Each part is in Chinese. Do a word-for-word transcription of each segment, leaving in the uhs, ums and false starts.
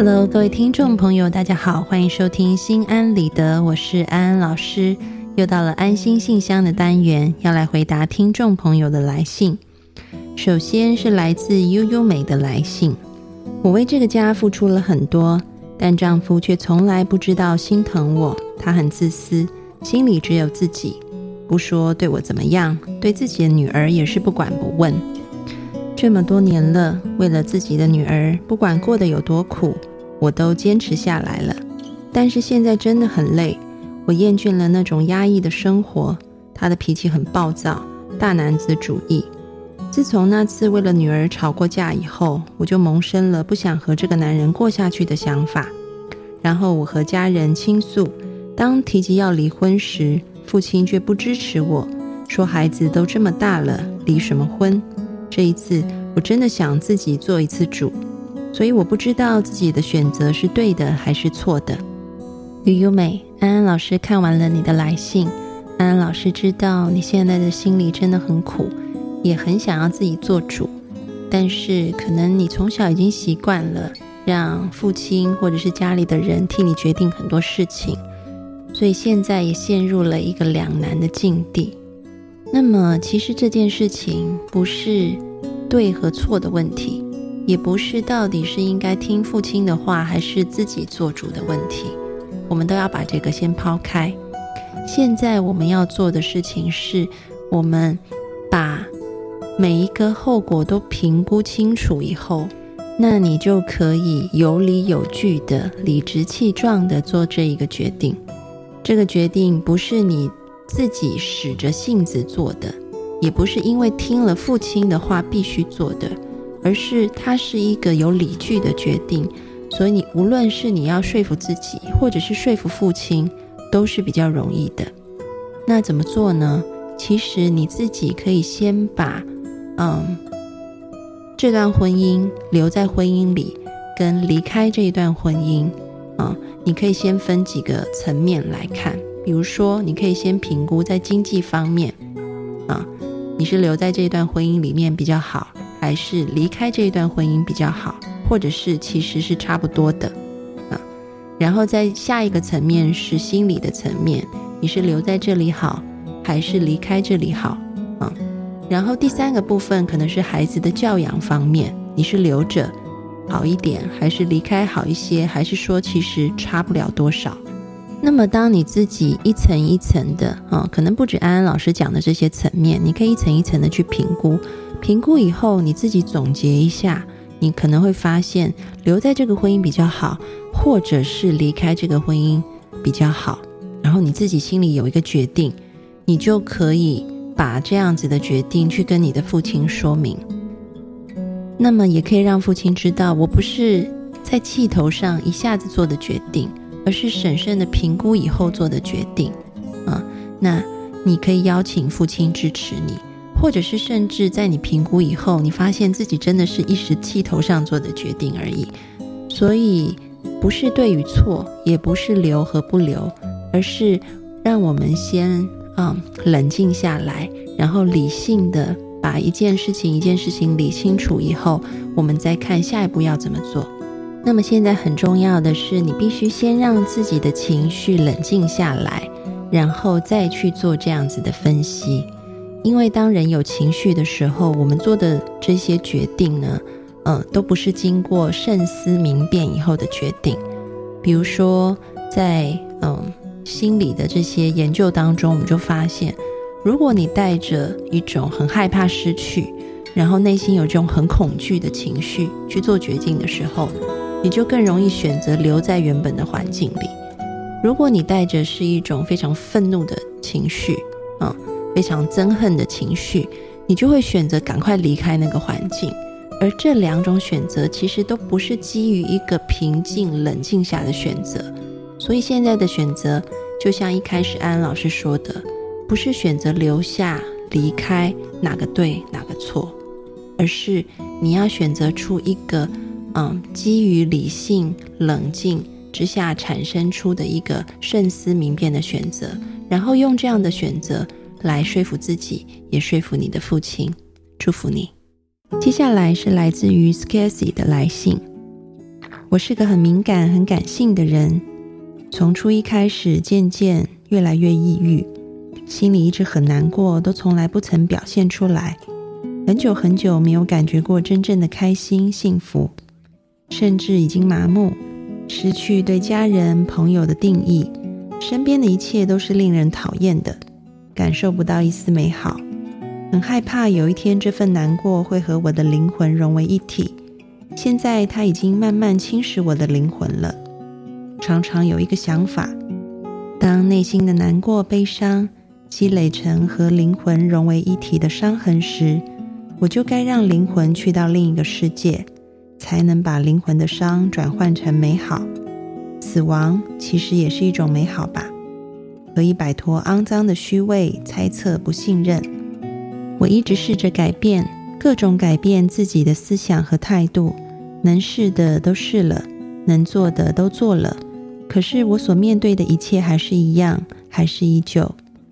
Hello， 各位听众朋友，大家好，欢迎收听心安理得，我是安安老师。又到了安心信箱的单元，要来回答听众朋友的来信。首先是来自悠悠美的来信，我为这个家付出了很多，但丈夫却从来不知道心疼我，他很自私，心里只有自己，不说对我怎么样，对自己的女儿也是不管不问。这么多年了，为了自己的女儿，不管过得有多苦，我都坚持下来了。但是现在真的很累，我厌倦了那种压抑的生活。他的脾气很暴躁，大男子主义。自从那次为了女儿吵过架以后，我就萌生了不想和这个男人过下去的想法。然后我和家人倾诉，当提及要离婚时，父亲却不支持我，说孩子都这么大了，离什么婚？这一次我真的想自己做一次主，所以我不知道自己的选择是对的还是错的。悠悠美，安安老师看完了你的来信，安安老师知道你现在的心里真的很苦，也很想要自己做主，但是可能你从小已经习惯了让父亲或者是家里的人替你决定很多事情，所以现在也陷入了一个两难的境地。那么其实这件事情不是对和错的问题，也不是到底是应该听父亲的话还是自己做主的问题，我们都要把这个先抛开。现在我们要做的事情是，我们把每一个后果都评估清楚以后，那你就可以有理有据的理直气壮的做这一个决定。这个决定不是你自己使着性子做的，也不是因为听了父亲的话必须做的，而是它是一个有理据的决定。所以你无论是你要说服自己或者是说服父亲，都是比较容易的。那怎么做呢？其实你自己可以先把嗯，这段婚姻留在婚姻里跟离开这一段婚姻、嗯、你可以先分几个层面来看。比如说你可以先评估在经济方面、啊、你是留在这一段婚姻里面比较好，还是离开这一段婚姻比较好，或者是其实是差不多的、啊、然后在下一个层面是心理的层面，你是留在这里好还是离开这里好、啊、然后第三个部分可能是孩子的教养方面，你是留着好一点还是离开好一些，还是说其实差不了多少。那么当你自己一层一层的、哦、可能不止安安老师讲的这些层面，你可以一层一层的去评估，评估以后你自己总结一下，你可能会发现留在这个婚姻比较好，或者是离开这个婚姻比较好，然后你自己心里有一个决定，你就可以把这样子的决定去跟你的父亲说明。那么也可以让父亲知道，我不是在气头上一下子做的决定，而是审慎的评估以后做的决定、啊、那你可以邀请父亲支持你，或者是甚至在你评估以后，你发现自己真的是一时气头上做的决定而已。所以不是对与错，也不是留和不留，而是让我们先、嗯、冷静下来，然后理性的把一件事情一件事情理清楚以后，我们再看下一步要怎么做。那么现在很重要的是，你必须先让自己的情绪冷静下来，然后再去做这样子的分析。因为当人有情绪的时候，我们做的这些决定呢，呃，都不是经过慎思明辨以后的决定。比如说在嗯、呃、心理的这些研究当中，我们就发现，如果你带着一种很害怕失去，然后内心有这种很恐惧的情绪去做决定的时候，你就更容易选择留在原本的环境里。如果你带着是一种非常愤怒的情绪、嗯、非常憎恨的情绪，你就会选择赶快离开那个环境。而这两种选择其实都不是基于一个平静冷静下的选择。所以现在的选择就像一开始安安老师说的，不是选择留下离开哪个对哪个错，而是你要选择出一个嗯，基于理性冷静之下产生出的一个慎思明辨的选择，然后用这样的选择来说服自己，也说服你的父亲。祝福你。接下来是来自于 Skessy 的来信， 我是个很敏感很感性的人，从初一开始渐渐越来越抑郁，心里一直很难过，都从来不曾表现出来，很久很久没有感觉过真正的开心幸福，甚至已经麻木，失去对家人朋友的定义，身边的一切都是令人讨厌的，感受不到一丝美好，很害怕有一天这份难过会和我的灵魂融为一体。现在它已经慢慢侵蚀我的灵魂了。常常有一个想法，当内心的难过悲伤积累成和灵魂融为一体的伤痕时，我就该让灵魂去到另一个世界，才能把灵魂的伤转换成美好。死亡其实也是一种美好吧，可以摆脱肮脏的虚伪、猜测、不信任。我一直试着改变，各种改变自己的思想和态度，能试的都试了，能做的都做了，可是我所面对的一切还是一样，还是依旧。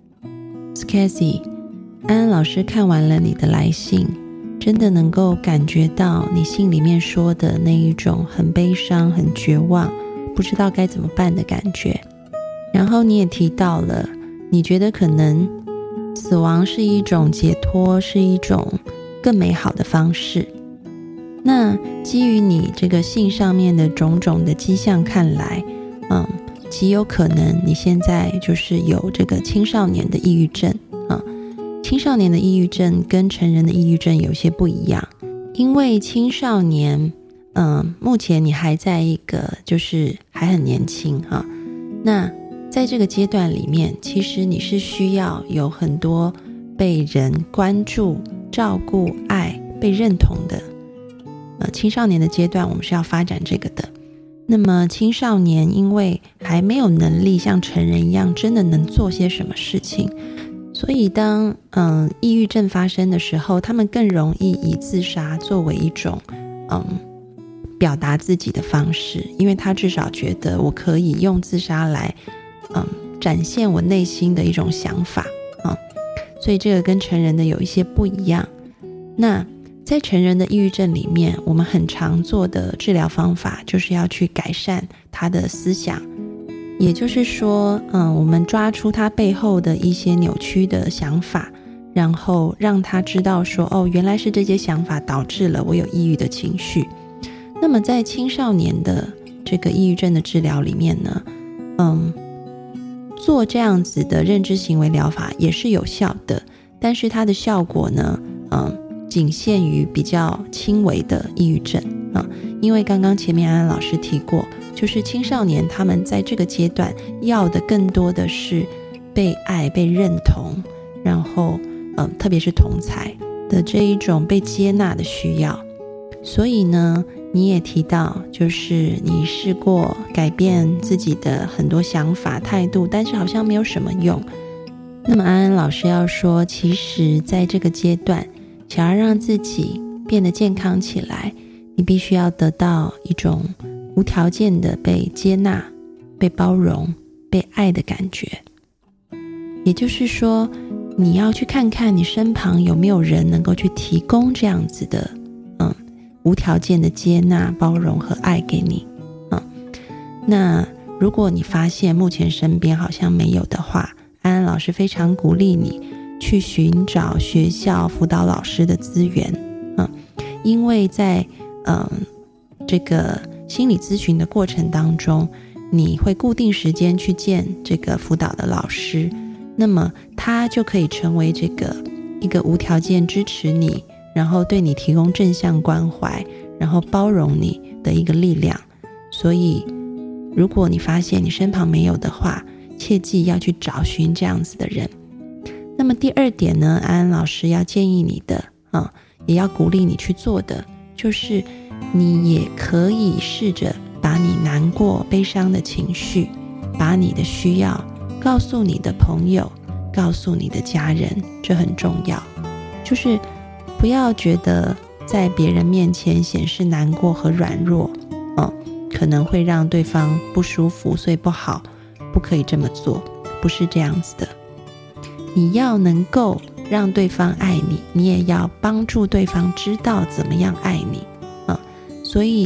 Skazzy， 安安老师看完了你的来信，真的能够感觉到你信里面说的那一种很悲伤很绝望，不知道该怎么办的感觉。然后你也提到了你觉得可能死亡是一种解脱，是一种更美好的方式。那基于你这个信上面的种种的迹象看来，嗯，极有可能你现在就是有这个青少年的抑郁症啊。青少年的抑郁症跟成人的抑郁症有些不一样，因为青少年，嗯，目前你还在一个就是还很年轻哈。那在这个阶段里面，其实你是需要有很多被人关注、照顾、爱、被认同的。呃，青少年的阶段我们是要发展这个的。那么青少年因为还没有能力像成人一样真的能做些什么事情，所以当嗯抑郁症发生的时候，他们更容易以自杀作为一种嗯表达自己的方式，因为他至少觉得我可以用自杀来嗯展现我内心的一种想法啊、嗯，所以这个跟成人的有一些不一样。那在成人的抑郁症里面，我们很常做的治疗方法就是要去改善他的思想，也就是说嗯，我们抓出他背后的一些扭曲的想法，然后让他知道说哦，原来是这些想法导致了我有抑郁的情绪。那么在青少年的这个抑郁症的治疗里面呢，嗯，做这样子的认知行为疗法也是有效的，但是它的效果呢嗯仅限于比较轻微的抑郁症啊，因为刚刚前面安安老师提过，就是青少年他们在这个阶段要的更多的是被爱、被认同，然后嗯，特别是同侪的这一种被接纳的需要。所以呢，你也提到，就是你试过改变自己的很多想法、态度，但是好像没有什么用。那么安安老师要说，其实在这个阶段，想要让自己变得健康起来，你必须要得到一种无条件的被接纳、被包容、被爱的感觉。也就是说，你要去看看你身旁有没有人能够去提供这样子的嗯，无条件的接纳、包容和爱给你。嗯，那如果你发现目前身边好像没有的话，安安老师非常鼓励你去寻找学校辅导老师的资源，嗯，因为在嗯这个心理咨询的过程当中，你会固定时间去见这个辅导的老师，那么他就可以成为这个一个无条件支持你，然后对你提供正向关怀，然后包容你的一个力量。所以如果你发现你身旁没有的话，切记要去找寻这样子的人。那么第二点呢，安安老师要建议你的、嗯、也要鼓励你去做的，就是你也可以试着把你难过悲伤的情绪，把你的需要告诉你的朋友，告诉你的家人，这很重要。就是不要觉得在别人面前显示难过和软弱、嗯、可能会让对方不舒服，所以不好，不可以这么做，不是这样子的。你要能够让对方爱你，你也要帮助对方知道怎么样爱你、嗯、所以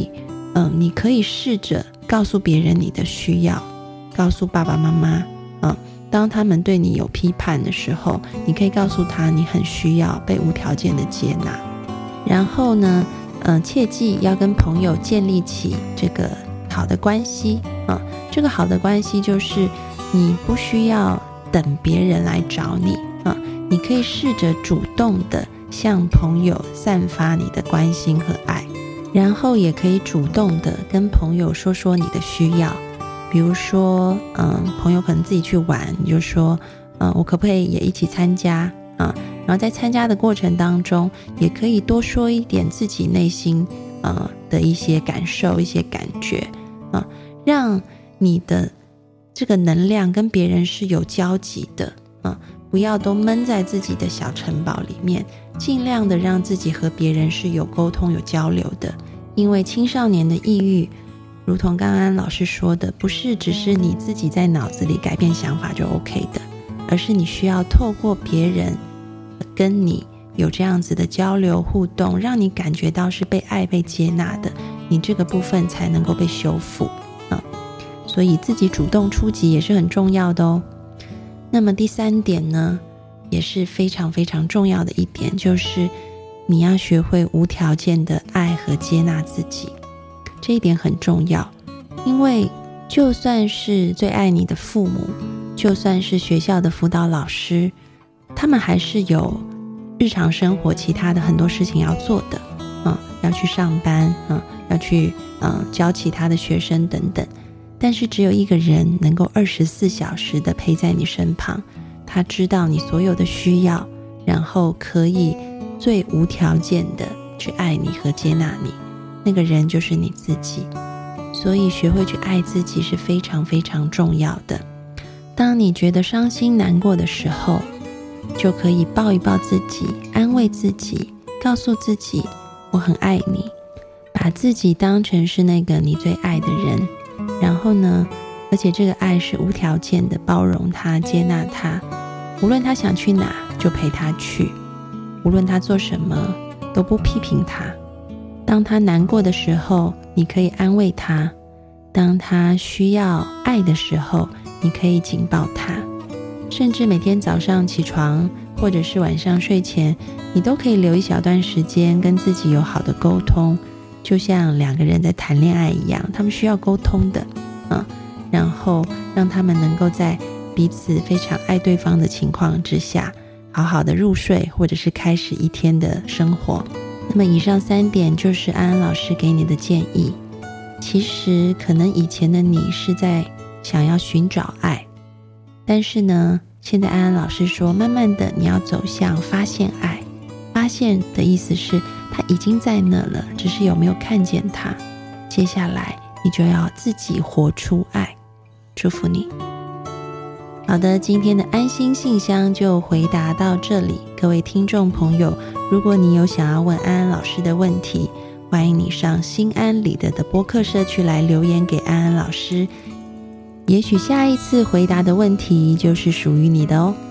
嗯，你可以试着告诉别人你的需要，告诉爸爸妈妈，嗯，当他们对你有批判的时候，你可以告诉他你很需要被无条件的接纳。然后呢，嗯，切记要跟朋友建立起这个好的关系，嗯，这个好的关系就是你不需要等别人来找你，嗯，你可以试着主动的向朋友散发你的关心和爱，然后也可以主动的跟朋友说说你的需要。比如说，嗯，朋友可能自己去玩，你就说，嗯，我可不可以也一起参加啊？然后在参加的过程当中，也可以多说一点自己内心呃的一些感受、一些感觉啊，让你的这个能量跟别人是有交集的啊，不要都闷在自己的小城堡里面，尽量的让自己和别人是有沟通、有交流的。因为青少年的抑郁，如同刚刚老师说的，不是只是你自己在脑子里改变想法就 OK 的，而是你需要透过别人跟你有这样子的交流互动，让你感觉到是被爱、被接纳的，你这个部分才能够被修复、嗯、所以自己主动出击也是很重要的哦。那么第三点呢，也是非常非常重要的一点，就是你要学会无条件的爱和接纳自己。这一点很重要，因为就算是最爱你的父母，就算是学校的辅导老师，他们还是有日常生活其他的很多事情要做的，嗯，要去上班，嗯，要去嗯教其他的学生等等。但是只有一个人能够二十四小时的陪在你身旁，他知道你所有的需要，然后可以最无条件的去爱你和接纳你，那个人就是你自己。所以学会去爱自己是非常非常重要的。当你觉得伤心难过的时候，就可以抱一抱自己，安慰自己，告诉自己我很爱你，把自己当成是那个你最爱的人。然后呢，而且这个爱是无条件的包容他，接纳他，无论他想去哪就陪他去，无论他做什么都不批评他。当他难过的时候，你可以安慰他；当他需要爱的时候，你可以紧抱他。甚至每天早上起床，或者是晚上睡前，你都可以留一小段时间跟自己有好的沟通，就像两个人在谈恋爱一样，他们需要沟通的，嗯，然后让他们能够在彼此非常爱对方的情况之下，好好的入睡，或者是开始一天的生活。那么以上三点就是安安老师给你的建议。其实可能以前的你是在想要寻找爱，但是呢，现在安安老师说，慢慢的你要走向发现爱。发现的意思是它已经在那了，只是有没有看见它。接下来你就要自己活出爱。祝福你。好的，今天的安心信箱就回答到这里。各位听众朋友，如果你有想要问安安老师的问题，欢迎你上心安理得的播客社区来留言给安安老师，也许下一次回答的问题就是属于你的哦。